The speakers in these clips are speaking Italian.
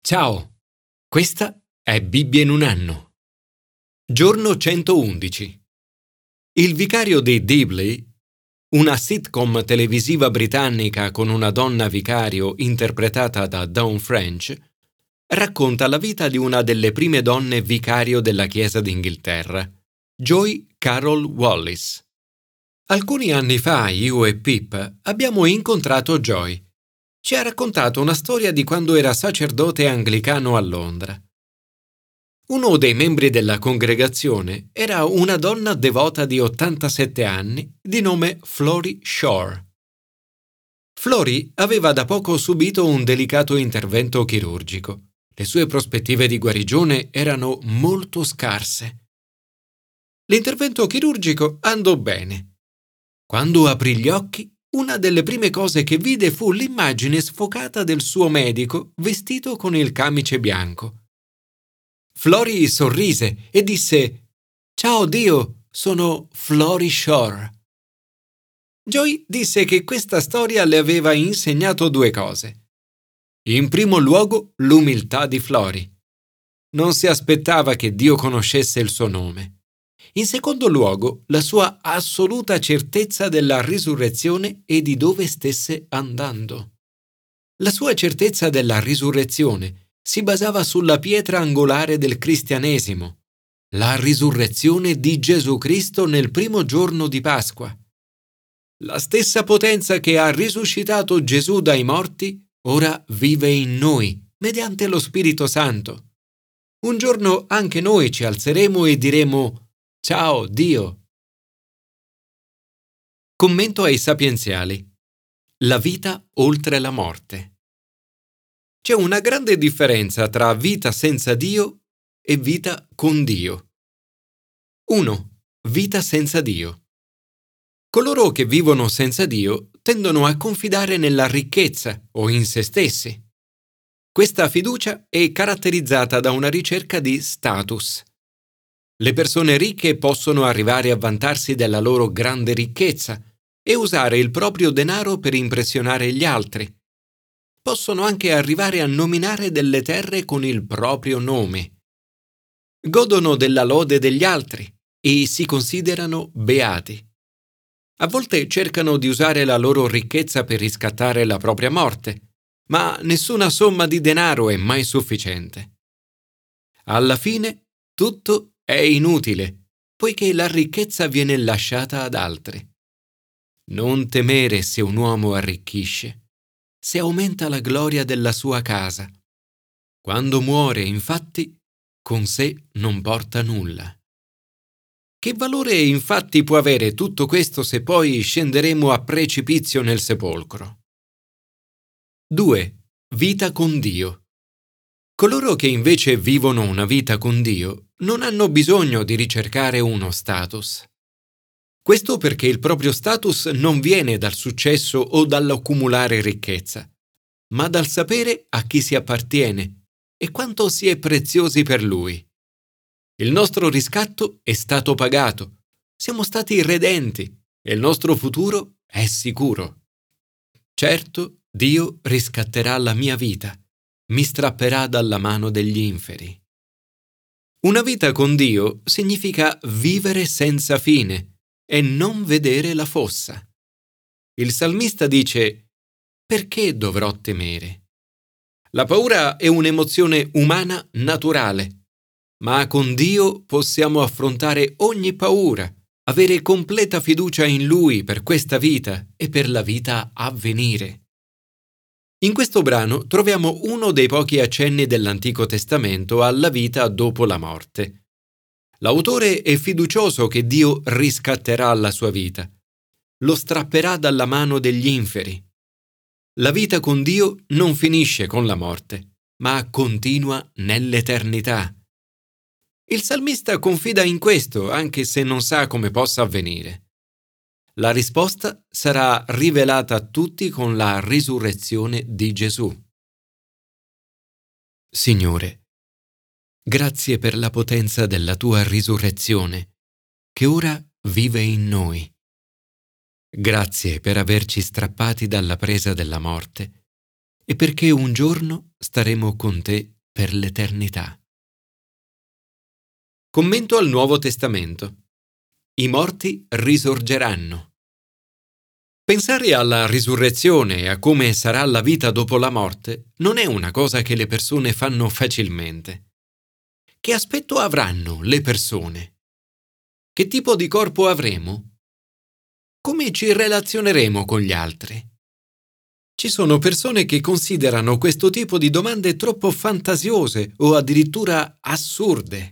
Ciao, questa è Bibbia in un anno. Giorno 111. Il vicario di Dibley, una sitcom televisiva britannica con una donna vicario interpretata da Dawn French, racconta la vita di una delle prime donne vicario della Chiesa d'Inghilterra, Joy Carol Wallis. Alcuni anni fa io e Pip abbiamo incontrato Joy. Ci ha raccontato una storia di quando era sacerdote anglicano a Londra. Uno dei membri della congregazione era una donna devota di 87 anni di nome Florrie Shore. Florrie aveva da poco subito un delicato intervento chirurgico. Le sue prospettive di guarigione erano molto scarse. L'intervento chirurgico andò bene. Quando aprì gli occhi, una delle prime cose che vide fu l'immagine sfocata del suo medico vestito con il camice bianco. Florrie sorrise e disse: «Ciao Dio, sono Florrie Shore». Joy disse che questa storia le aveva insegnato due cose. In primo luogo, l'umiltà di Florrie. Non si aspettava che Dio conoscesse il suo nome. In secondo luogo, la sua assoluta certezza della risurrezione e di dove stesse andando. La sua certezza della risurrezione si basava sulla pietra angolare del cristianesimo, la risurrezione di Gesù Cristo nel primo giorno di Pasqua. La stessa potenza che ha risuscitato Gesù dai morti ora vive in noi, mediante lo Spirito Santo. Un giorno anche noi ci alzeremo e diremo: «Ciao Dio». Commento ai sapienziali. La vita oltre la morte. C'è una grande differenza tra vita senza Dio e vita con Dio. 1. Vita senza Dio. Coloro che vivono senza Dio tendono a confidare nella ricchezza o in se stessi. Questa fiducia è caratterizzata da una ricerca di status. Le persone ricche possono arrivare a vantarsi della loro grande ricchezza e usare il proprio denaro per impressionare gli altri. Possono anche arrivare a nominare delle terre con il proprio nome. Godono della lode degli altri e si considerano beati. A volte cercano di usare la loro ricchezza per riscattare la propria morte, ma nessuna somma di denaro è mai sufficiente. Alla fine, tutto è inutile, poiché la ricchezza viene lasciata ad altri. Non temere se un uomo arricchisce, se aumenta la gloria della sua casa. Quando muore, infatti, con sé non porta nulla. Che valore infatti può avere tutto questo se poi scenderemo a precipizio nel sepolcro? 2. Vita con Dio. Coloro che invece vivono una vita con Dio non hanno bisogno di ricercare uno status. Questo perché il proprio status non viene dal successo o dall'accumulare ricchezza, ma dal sapere a chi si appartiene e quanto si è preziosi per Lui. Il nostro riscatto è stato pagato, siamo stati redenti e il nostro futuro è sicuro. Certo, Dio riscatterà la mia vita. Mi strapperà dalla mano degli inferi. Una vita con Dio significa vivere senza fine e non vedere la fossa. Il salmista dice: «Perché dovrò temere?» La paura è un'emozione umana naturale, ma con Dio possiamo affrontare ogni paura, avere completa fiducia in Lui per questa vita e per la vita a venire. In questo brano troviamo uno dei pochi accenni dell'Antico Testamento alla vita dopo la morte. L'autore è fiducioso che Dio riscatterà la sua vita, lo strapperà dalla mano degli inferi. La vita con Dio non finisce con la morte, ma continua nell'eternità. Il salmista confida in questo, anche se non sa come possa avvenire. La risposta sarà rivelata a tutti con la risurrezione di Gesù. Signore, grazie per la potenza della tua risurrezione, che ora vive in noi. Grazie per averci strappati dalla presa della morte e perché un giorno staremo con te per l'eternità. Commento al Nuovo Testamento. I morti risorgeranno. Pensare alla risurrezione e a come sarà la vita dopo la morte non è una cosa che le persone fanno facilmente. Che aspetto avranno le persone? Che tipo di corpo avremo? Come ci relazioneremo con gli altri? Ci sono persone che considerano questo tipo di domande troppo fantasiose o addirittura assurde.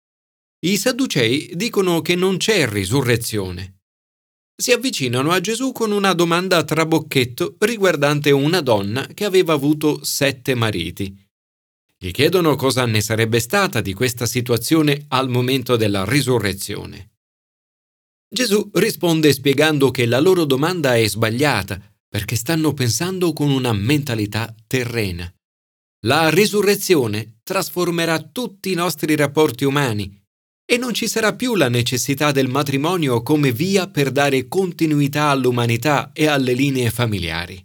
I Sadducei dicono che non c'è risurrezione. Si avvicinano a Gesù con una domanda a trabocchetto riguardante una donna che aveva avuto 7 mariti. Gli chiedono cosa ne sarebbe stata di questa situazione al momento della risurrezione. Gesù risponde spiegando che la loro domanda è sbagliata perché stanno pensando con una mentalità terrena. La risurrezione trasformerà tutti i nostri rapporti umani e non ci sarà più la necessità del matrimonio come via per dare continuità all'umanità e alle linee familiari.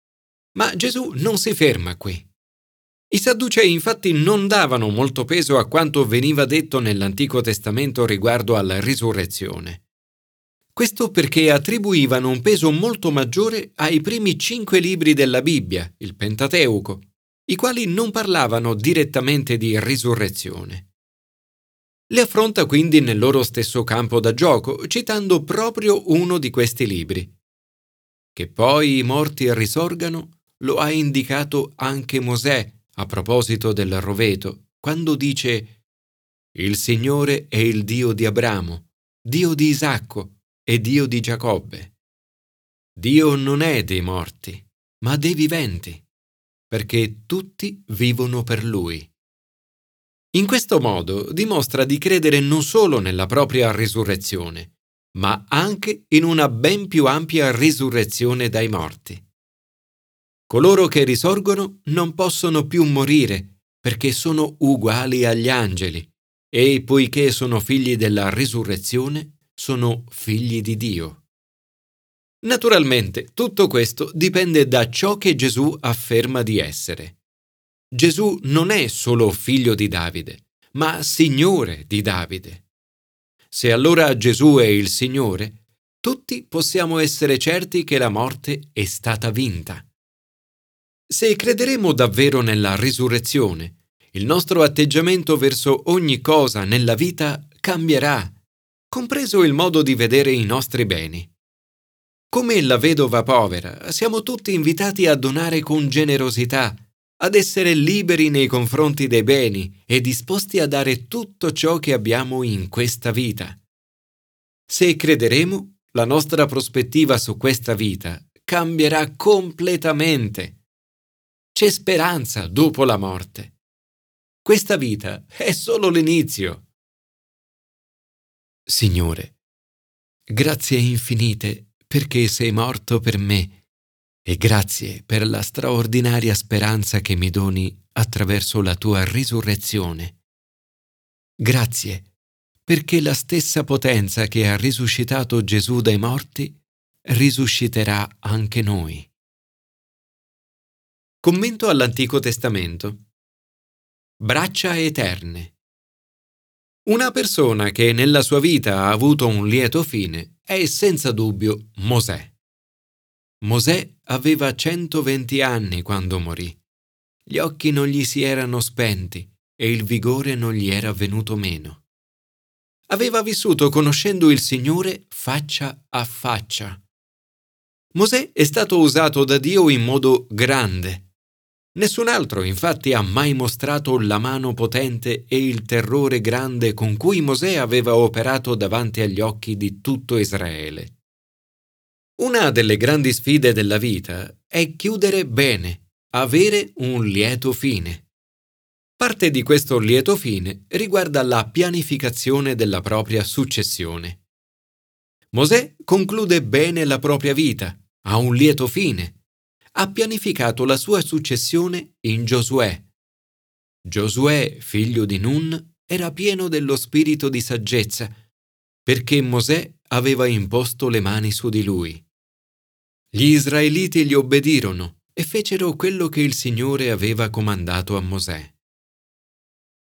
Ma Gesù non si ferma qui. I Sadducei infatti non davano molto peso a quanto veniva detto nell'Antico Testamento riguardo alla risurrezione. Questo perché attribuivano un peso molto maggiore ai primi 5 libri della Bibbia, il Pentateuco, i quali non parlavano direttamente di risurrezione. Le affronta quindi nel loro stesso campo da gioco, citando proprio uno di questi libri. Che poi i morti risorgano lo ha indicato anche Mosè a proposito del roveto, quando dice: «Il Signore è il Dio di Abramo, Dio di Isacco e Dio di Giacobbe». Dio non è dei morti, ma dei viventi, perché tutti vivono per Lui. In questo modo dimostra di credere non solo nella propria risurrezione, ma anche in una ben più ampia risurrezione dai morti. Coloro che risorgono non possono più morire perché sono uguali agli angeli e, poiché sono figli della risurrezione, sono figli di Dio. Naturalmente, tutto questo dipende da ciò che Gesù afferma di essere. Gesù non è solo figlio di Davide, ma Signore di Davide. Se allora Gesù è il Signore, tutti possiamo essere certi che la morte è stata vinta. Se crederemo davvero nella risurrezione, il nostro atteggiamento verso ogni cosa nella vita cambierà, compreso il modo di vedere i nostri beni. Come la vedova povera, siamo tutti invitati a donare con generosità, ad essere liberi nei confronti dei beni e disposti a dare tutto ciò che abbiamo in questa vita. Se crederemo, la nostra prospettiva su questa vita cambierà completamente. C'è speranza dopo la morte. Questa vita è solo l'inizio. Signore, grazie infinite perché sei morto per me e grazie per la straordinaria speranza che mi doni attraverso la tua risurrezione. Grazie perché la stessa potenza che ha risuscitato Gesù dai morti risusciterà anche noi. Commento all'Antico Testamento. Braccia eterne. Una persona che nella sua vita ha avuto un lieto fine è senza dubbio Mosè. Mosè aveva 120 anni quando morì. Gli occhi non gli si erano spenti e il vigore non gli era venuto meno. Aveva vissuto conoscendo il Signore faccia a faccia. Mosè è stato usato da Dio in modo grande. Nessun altro infatti ha mai mostrato la mano potente e il terrore grande con cui Mosè aveva operato davanti agli occhi di tutto Israele. Una delle grandi sfide della vita è chiudere bene, avere un lieto fine. Parte di questo lieto fine riguarda la pianificazione della propria successione. Mosè conclude bene la propria vita, ha un lieto fine. Ha pianificato la sua successione in Giosuè. Giosuè, figlio di Nun, era pieno dello spirito di saggezza, perché Mosè aveva imposto le mani su di lui. Gli israeliti gli obbedirono e fecero quello che il Signore aveva comandato a Mosè.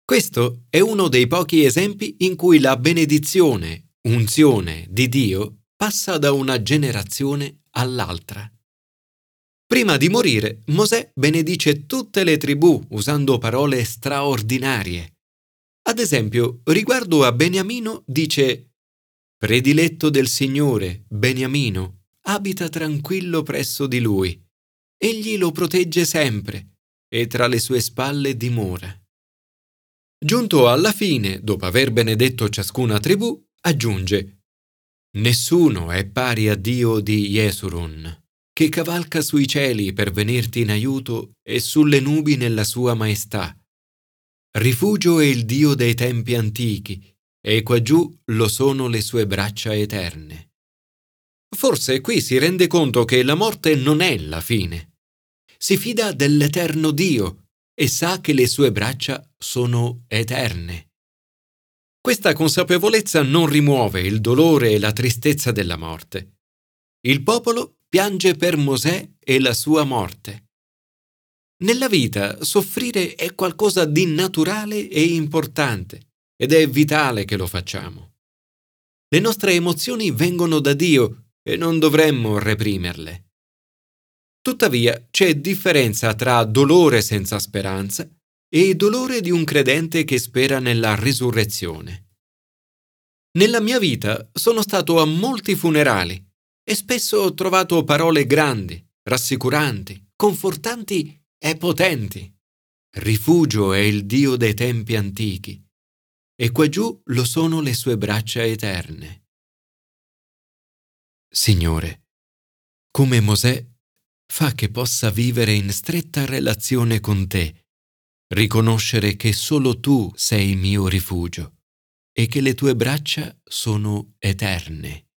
Questo è uno dei pochi esempi in cui la benedizione, unzione di Dio passa da una generazione all'altra. Prima di morire, Mosè benedice tutte le tribù usando parole straordinarie. Ad esempio, riguardo a Beniamino dice: «Prediletto del Signore, Beniamino, abita tranquillo presso di lui. Egli lo protegge sempre e tra le sue spalle dimora». Giunto alla fine, dopo aver benedetto ciascuna tribù, aggiunge: «Nessuno è pari a Dio di Jesurun, che cavalca sui cieli per venirti in aiuto e sulle nubi nella sua maestà. Rifugio è il Dio dei tempi antichi, e quaggiù lo sono le sue braccia eterne». Forse qui si rende conto che la morte non è la fine. Si fida dell'eterno Dio e sa che le sue braccia sono eterne. Questa consapevolezza non rimuove il dolore e la tristezza della morte. Il popolo piange per Mosè e la sua morte. Nella vita soffrire è qualcosa di naturale e importante ed è vitale che lo facciamo. Le nostre emozioni vengono da Dio e non dovremmo reprimerle. Tuttavia c'è differenza tra dolore senza speranza e dolore di un credente che spera nella risurrezione. Nella mia vita sono stato a molti funerali e spesso ho trovato parole grandi, rassicuranti, confortanti e potenti. Rifugio è il Dio dei tempi antichi e quaggiù lo sono le sue braccia eterne. Signore, come Mosè, fa che possa vivere in stretta relazione con te, riconoscere che solo tu sei mio rifugio e che le tue braccia sono eterne.